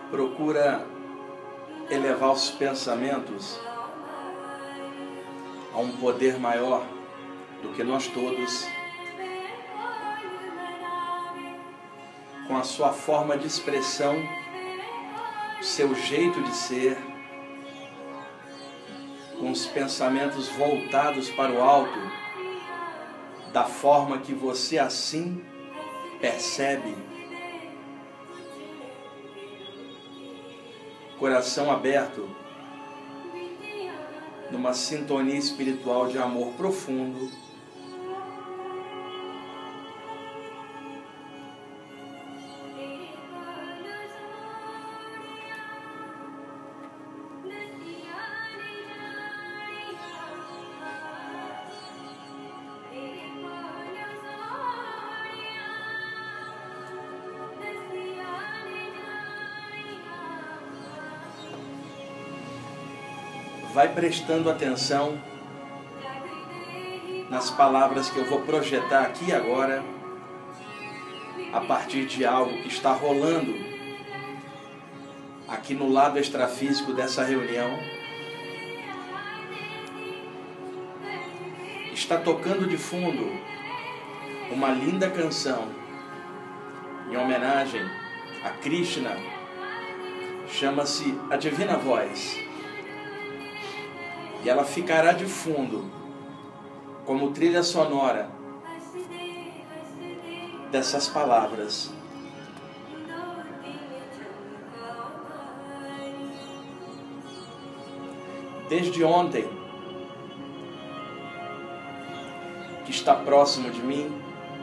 procura elevar os pensamentos a um poder maior do que nós todos, com a sua forma de expressão, o seu jeito de ser, com os pensamentos voltados para o alto, da forma que você assim percebe. Coração aberto, numa sintonia espiritual de amor profundo. Vai prestando atenção nas palavras que eu vou projetar aqui agora, a partir de algo que está rolando aqui no lado extrafísico dessa reunião. Está tocando de fundo uma linda canção em homenagem a Krishna, chama-se A Divina Voz. E ela ficará de fundo como trilha sonora dessas palavras. Desde ontem, que está próximo de mim,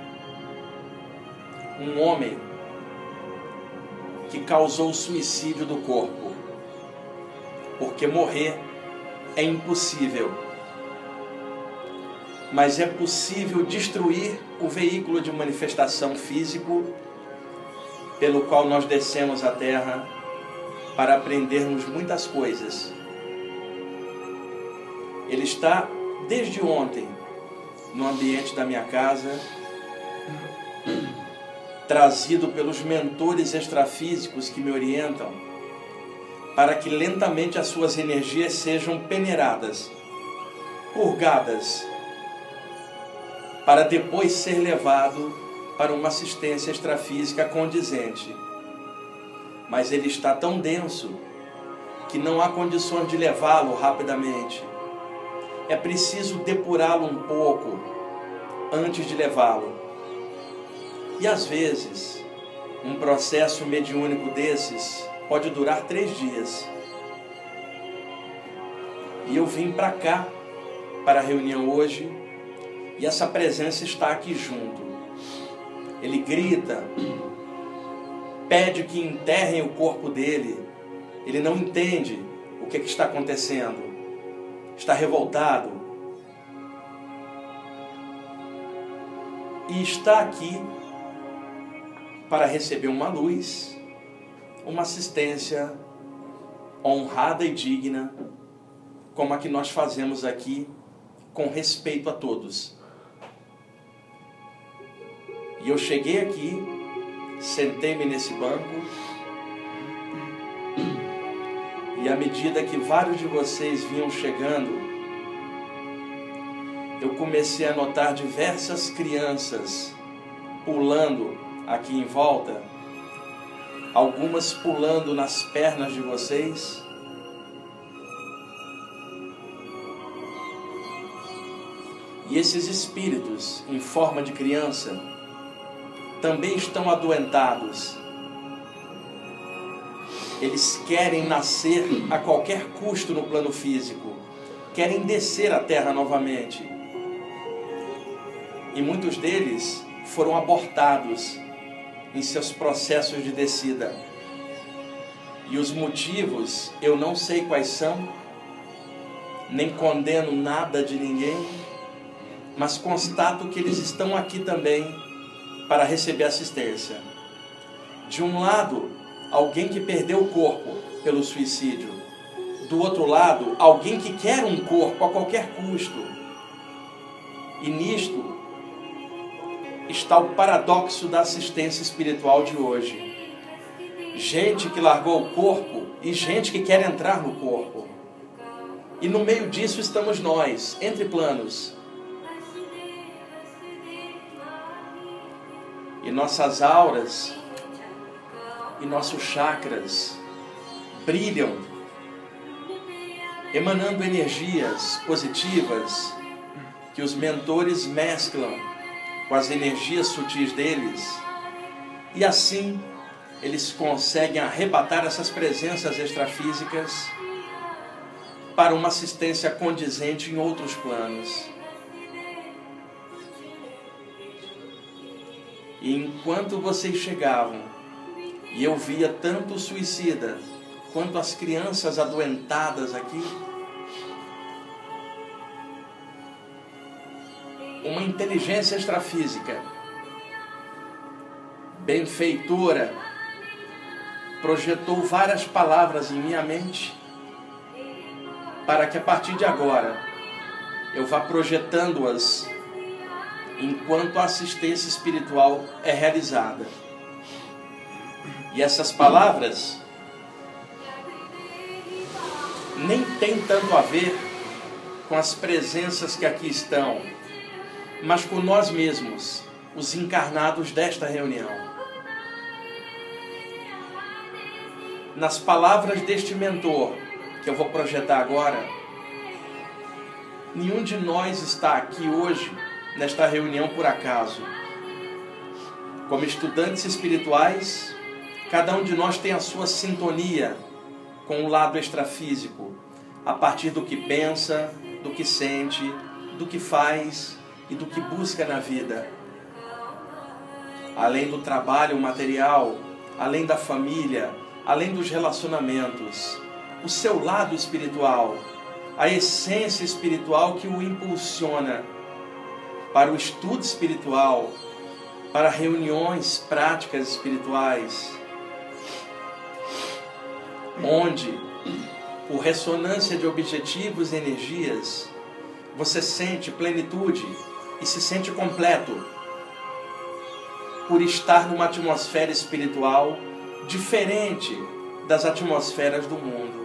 um homem que causou o suicídio do corpo, porque morrer é impossível, mas é possível destruir o veículo de manifestação físico pelo qual nós descemos à Terra para aprendermos muitas coisas. Ele está desde ontem no ambiente da minha casa, trazido pelos mentores extrafísicos que me orientam, para que lentamente as suas energias sejam peneiradas, purgadas, para depois ser levado para uma assistência extrafísica condizente. Mas ele está tão denso que não há condições de levá-lo rapidamente. É preciso depurá-lo um pouco antes de levá-lo. E às vezes, um processo mediúnico desses pode durar 3 dias. E eu vim para cá, para a reunião hoje, e essa presença está aqui junto. Ele grita, pede que enterrem o corpo dele. Ele não entende o que está acontecendo. Está revoltado. E está aqui para receber uma luz, uma assistência honrada e digna, como a que nós fazemos aqui, com respeito a todos. E eu cheguei aqui, sentei-me nesse banco, e à medida que vários de vocês vinham chegando, eu comecei a notar diversas crianças pulando aqui em volta, algumas pulando nas pernas de vocês. E esses espíritos, em forma de criança, também estão adoentados. Eles querem nascer a qualquer custo no plano físico, querem descer à Terra novamente. E muitos deles foram abortados em seus processos de descida. E os motivos eu não sei quais são, nem condeno nada de ninguém, mas constato que eles estão aqui também para receber assistência. De um lado, alguém que perdeu o corpo pelo suicídio. Do outro lado, alguém que quer um corpo a qualquer custo. E nisto está o paradoxo da assistência espiritual de hoje. gente que largou o corpo e gente que quer entrar no corpo. E no meio disso estamos nós, entre planos. E nossas auras e nossos chakras brilham, emanando energias positivas que os mentores mesclam com as energias sutis deles, e assim eles conseguem arrebatar essas presenças extrafísicas para uma assistência condizente em outros planos. E enquanto vocês chegavam, e eu via tanto o suicida quanto as crianças adoentadas aqui, uma inteligência extrafísica benfeitora projetou várias palavras em minha mente para que a partir de agora eu vá projetando-as enquanto a assistência espiritual é realizada. E essas palavras nem têm tanto a ver com as presenças que aqui estão, mas com nós mesmos, os encarnados desta reunião. Nas palavras deste mentor, que eu vou projetar agora, nenhum de nós está aqui hoje, nesta reunião, por acaso. Como estudantes espirituais, cada um de nós tem a sua sintonia com o lado extrafísico, a partir do que pensa, do que sente, do que faz e do que busca na vida. Além do trabalho material, além da família, além dos relacionamentos, o seu lado espiritual, a essência espiritual que o impulsiona para o estudo espiritual, para reuniões práticas espirituais, onde, por ressonância de objetivos e energias, você sente plenitude e se sente completo por estar numa atmosfera espiritual diferente das atmosferas do mundo.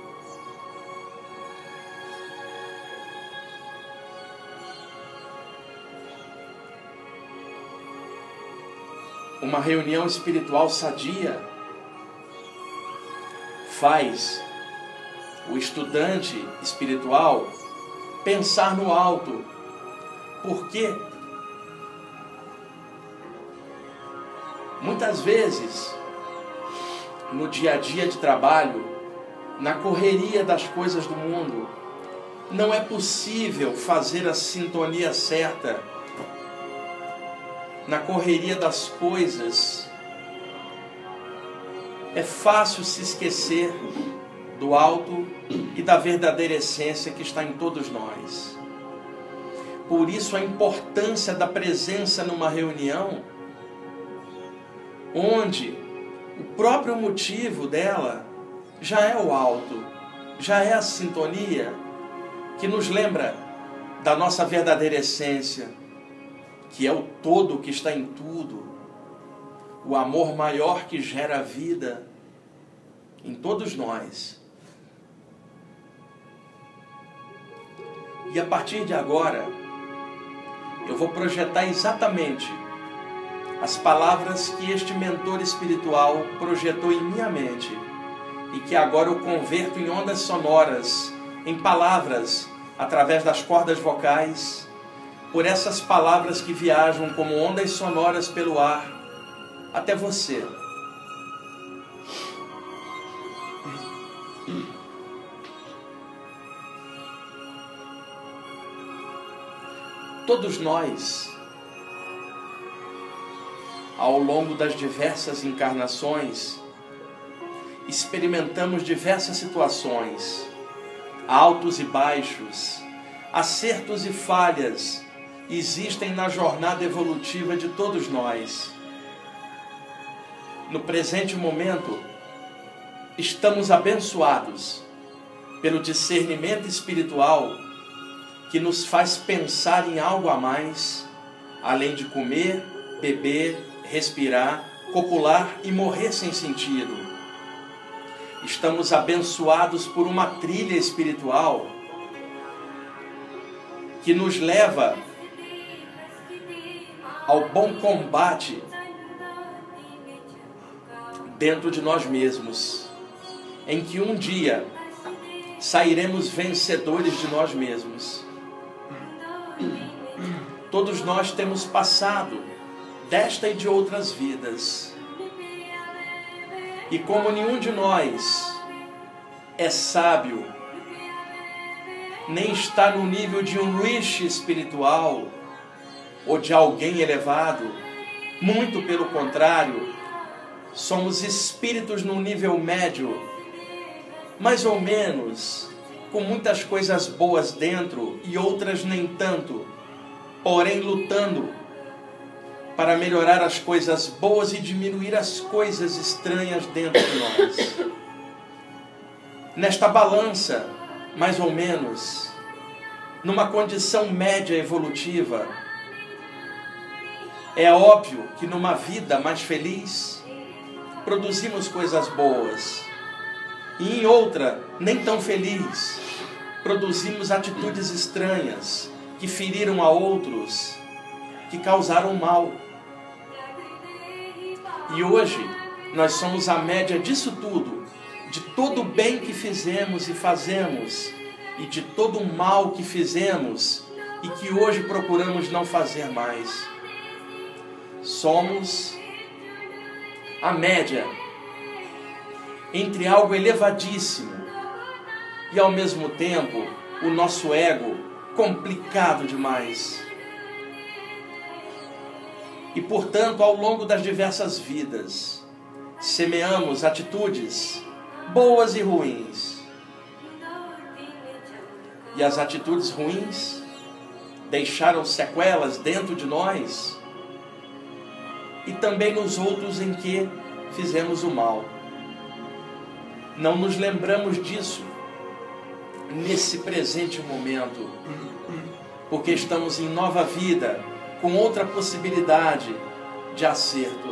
Uma reunião espiritual sadia faz o estudante espiritual pensar no alto. Por quê? Muitas vezes, no dia a dia de trabalho, na correria das coisas do mundo, não é possível fazer a sintonia certa. Na correria das coisas, é fácil se esquecer do alto e da verdadeira essência que está em todos nós. Por isso a importância da presença numa reunião, onde o próprio motivo dela já é o alto, já é a sintonia que nos lembra da nossa verdadeira essência, que é o todo que está em tudo, o amor maior que gera a vida em todos nós. E a partir de agora, eu vou projetar exatamente as palavras que este mentor espiritual projetou em minha mente e que agora eu converto em ondas sonoras, em palavras, através das cordas vocais, por essas palavras que viajam como ondas sonoras pelo ar até você. Todos nós, ao longo das diversas encarnações, experimentamos diversas situações, altos e baixos, acertos e falhas, existem na jornada evolutiva de todos nós. No presente momento, estamos abençoados pelo discernimento espiritual que nos faz pensar em algo a mais, além de comer, beber, respirar copular e morrer sem sentido. Estamos abençoados por uma trilha espiritual que nos leva ao bom combate dentro de nós mesmos, em que um dia sairemos vencedores de nós mesmos. Todos nós temos passado desta e de outras vidas, e como nenhum de nós é sábio, nem está no nível de um rishi espiritual ou de alguém elevado, muito pelo contrário, somos espíritos num nível médio, mais ou menos, com muitas coisas boas dentro e outras nem tanto, porém lutando para melhorar as coisas boas e diminuir as coisas estranhas dentro de nós. Nesta balança, mais ou menos, numa condição média evolutiva, é óbvio que numa vida mais feliz, produzimos coisas boas, e em outra, nem tão feliz, produzimos atitudes estranhas, que feriram a outros, que causaram mal. E hoje, nós somos a média disso tudo, de todo o bem que fizemos e fazemos, e de todo o mal que fizemos, e que hoje procuramos não fazer mais. Somos a média entre algo elevadíssimo e, ao mesmo tempo, o nosso ego complicado demais. E, portanto, ao longo das diversas vidas, semeamos atitudes boas e ruins. E as atitudes ruins deixaram sequelas dentro de nós e também nos outros em que fizemos o mal. Não nos lembramos disso nesse presente momento, porque estamos em nova vida, com outra possibilidade de acerto.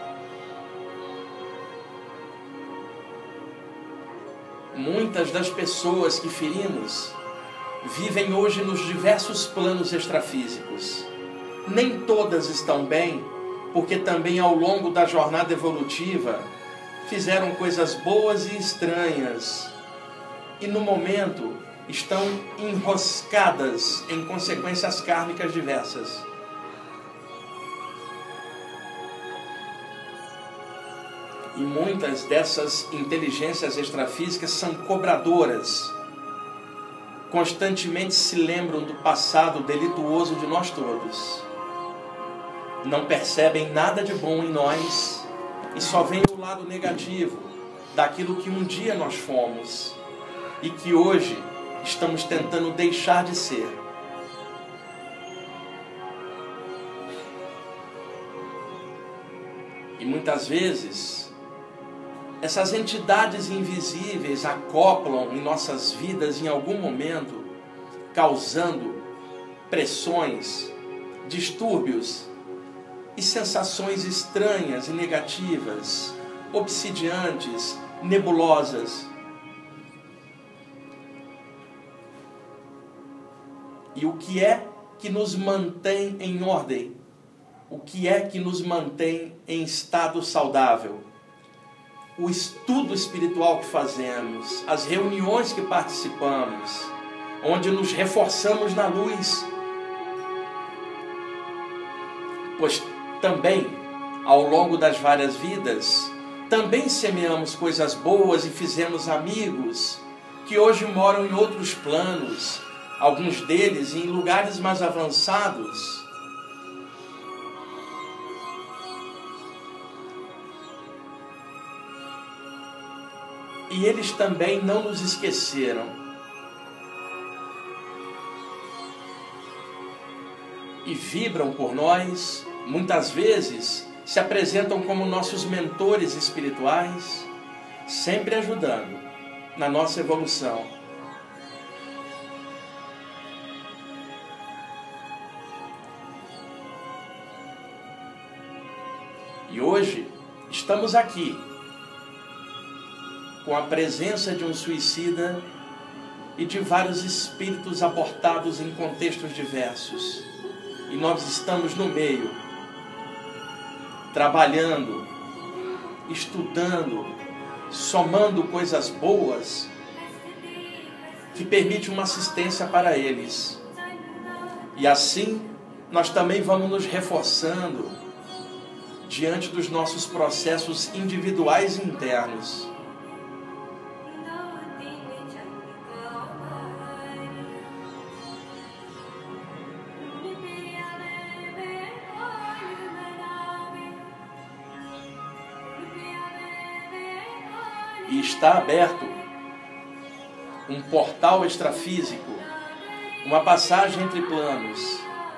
Muitas das pessoas que ferimos vivem hoje nos diversos planos extrafísicos. Nem todas estão bem, porque também ao longo da jornada evolutiva fizeram coisas boas e estranhas, e no momento estão enroscadas em consequências kármicas diversas. E muitas dessas inteligências extrafísicas são cobradoras. Constantemente se lembram do passado delituoso de nós todos. Não percebem nada de bom em nós e só veem o lado negativo daquilo que um dia nós fomos e que hoje estamos tentando deixar de ser. E muitas vezes essas entidades invisíveis acoplam em nossas vidas em algum momento, causando pressões, distúrbios e sensações estranhas e negativas, obsidiantes, nebulosas. E o que é que nos mantém em ordem? O que é que nos mantém em estado saudável? O estudo espiritual que fazemos, as reuniões que participamos, onde nos reforçamos na luz. Pois também, ao longo das várias vidas, também semeamos coisas boas e fizemos amigos que hoje moram em outros planos, alguns deles em lugares mais avançados. E eles também não nos esqueceram. E vibram por nós, muitas vezes se apresentam como nossos mentores espirituais, sempre ajudando na nossa evolução. E hoje Estamos aqui com a presença de um suicida e de vários espíritos abortados em contextos diversos. E nós estamos no meio, trabalhando, estudando, somando coisas boas que permite uma assistência para eles. E assim, nós também vamos nos reforçando diante dos nossos processos individuais e internos. E está aberto um portal extrafísico, uma passagem entre planos,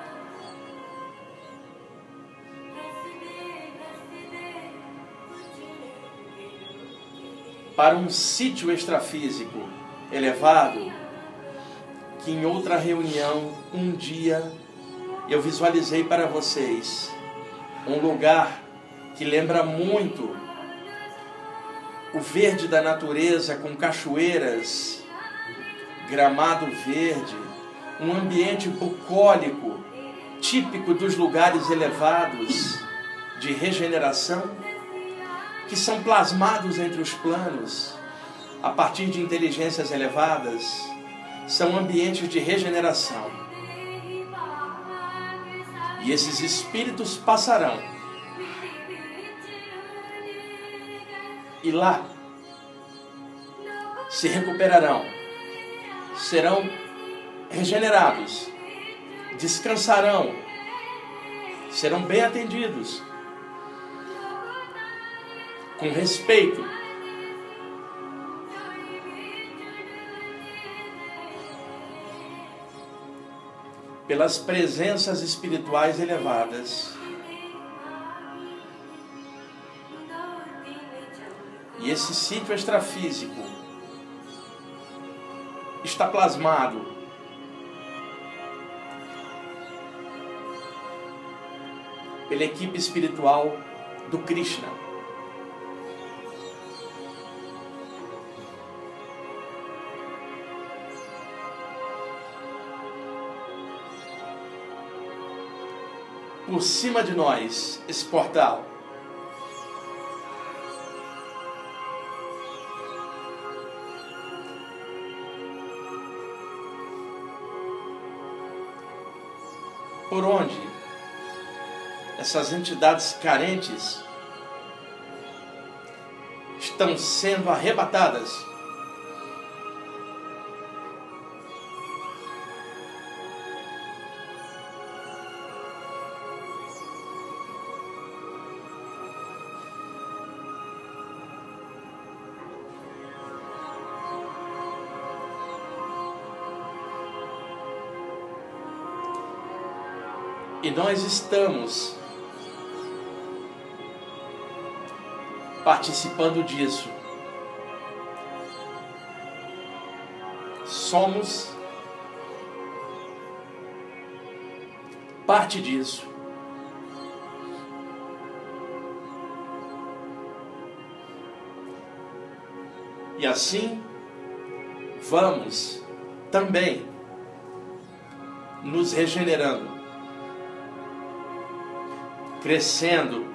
para um sítio extrafísico elevado, que em outra reunião, um dia, eu visualizei para vocês um lugar que lembra muito o verde da natureza, com cachoeiras, gramado verde, um ambiente bucólico, típico dos lugares elevados de regeneração, que são plasmados entre os planos, a partir de inteligências elevadas, são ambientes de regeneração. E esses espíritos passarão. E lá se recuperarão, serão regenerados, descansarão, serão bem atendidos, com respeito, pelas presenças espirituais elevadas. E esse sítio extrafísico está plasmado pela equipe espiritual do Krishna. Por cima de nós, esse portal por onde essas entidades carentes estão sendo arrebatadas. E nós estamos participando disso. Somos parte disso. E assim vamos também nos regenerando, crescendo,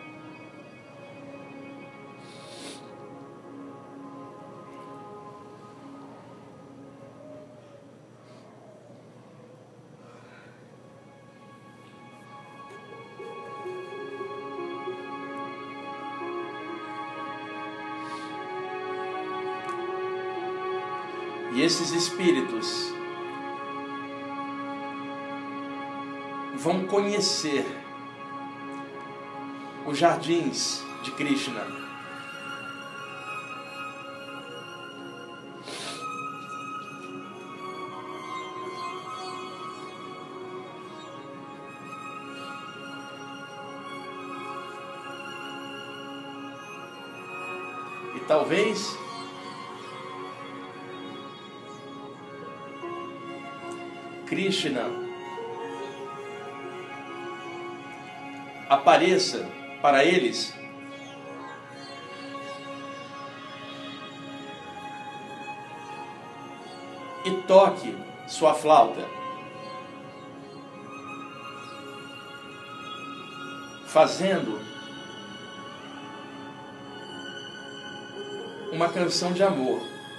e esses espíritos vão conhecer os jardins de Krishna. E talvez Krishna apareça para eles e toque sua flauta, fazendo uma canção de amor.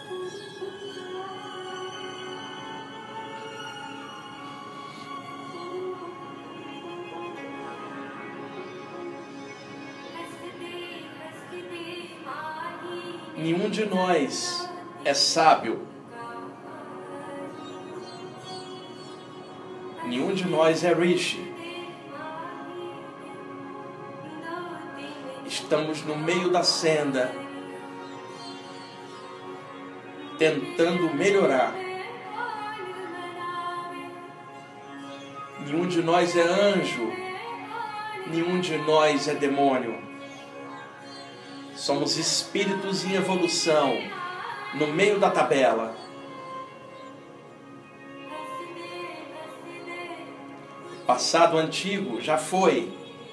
Nenhum de nós é sábio. Nenhum de nós é rishi. Estamos no meio da senda, tentando melhorar. Nenhum de nós é anjo. Nenhum de nós é demônio. Somos espíritos em evolução, no meio da tabela. Passado antigo já foi.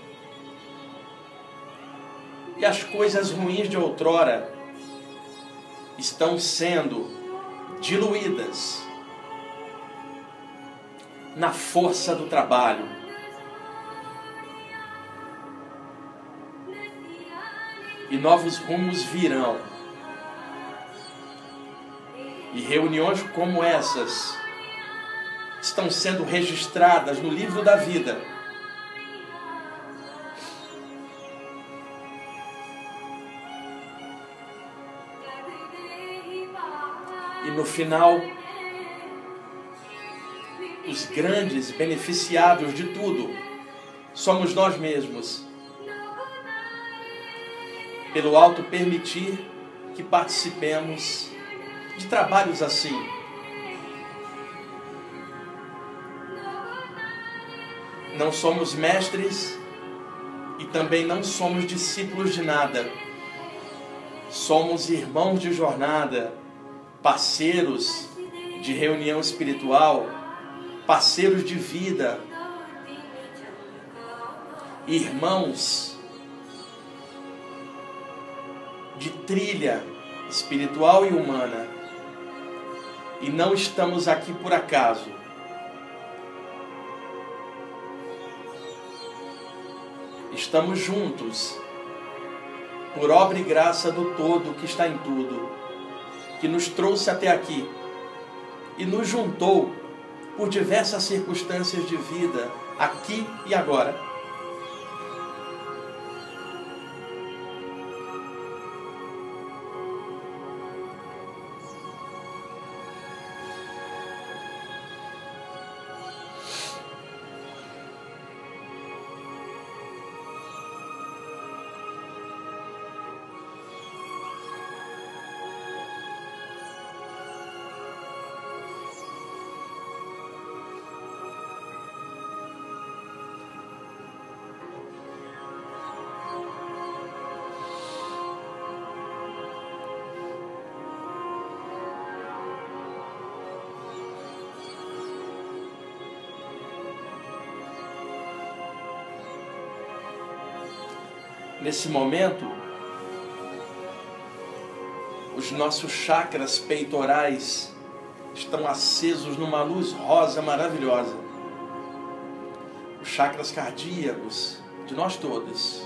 E as coisas ruins de outrora estão sendo diluídas na força do trabalho. E novos rumos virão. E reuniões como essas estão sendo registradas no livro da vida. E no final, os grandes beneficiados de tudo somos nós mesmos. Pelo alto permitir que participemos de trabalhos assim. Não somos mestres e também não somos discípulos de nada. Somos irmãos de jornada, parceiros de reunião espiritual, parceiros de vida, irmãos de trilha espiritual e humana. E não estamos aqui por acaso. Estamos juntos por obra e graça do todo que está em tudo, que nos trouxe até aqui e nos juntou por diversas circunstâncias de vida, aqui e agora. Nesse momento, os nossos chakras peitorais estão acesos numa luz rosa maravilhosa. Os chakras cardíacos de nós todos.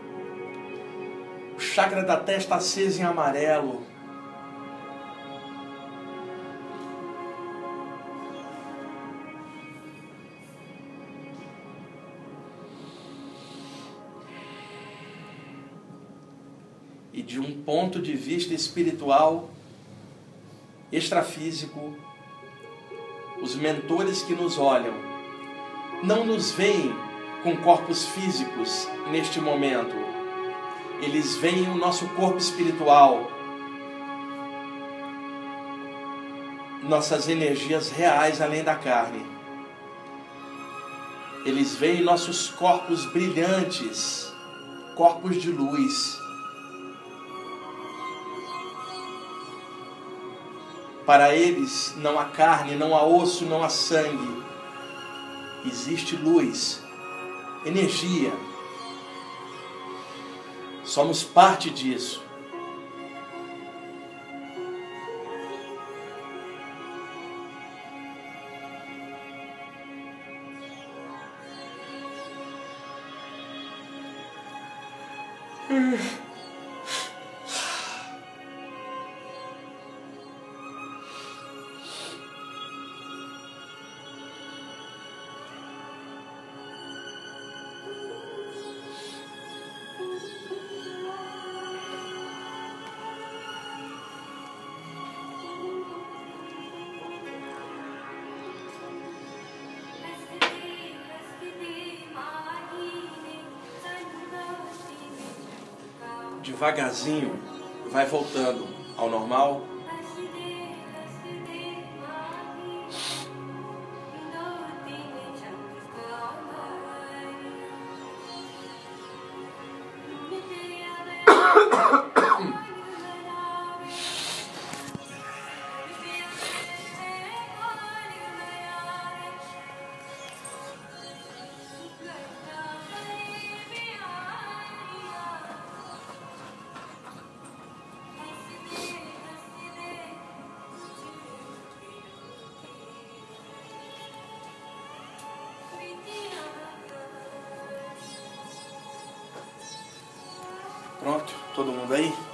O chakra da testa aceso em amarelo. E de um ponto de vista espiritual, extrafísico, os mentores que nos olham não nos veem com corpos físicos neste momento. Eles veem o nosso corpo espiritual, nossas energias reais além da carne. Eles veem nossos corpos brilhantes, corpos de luz. Para eles não há carne, não há osso, não há sangue. Existe luz, energia. Somos parte disso. Devagarzinho, vai voltando ao normal. Pronto, todo mundo aí?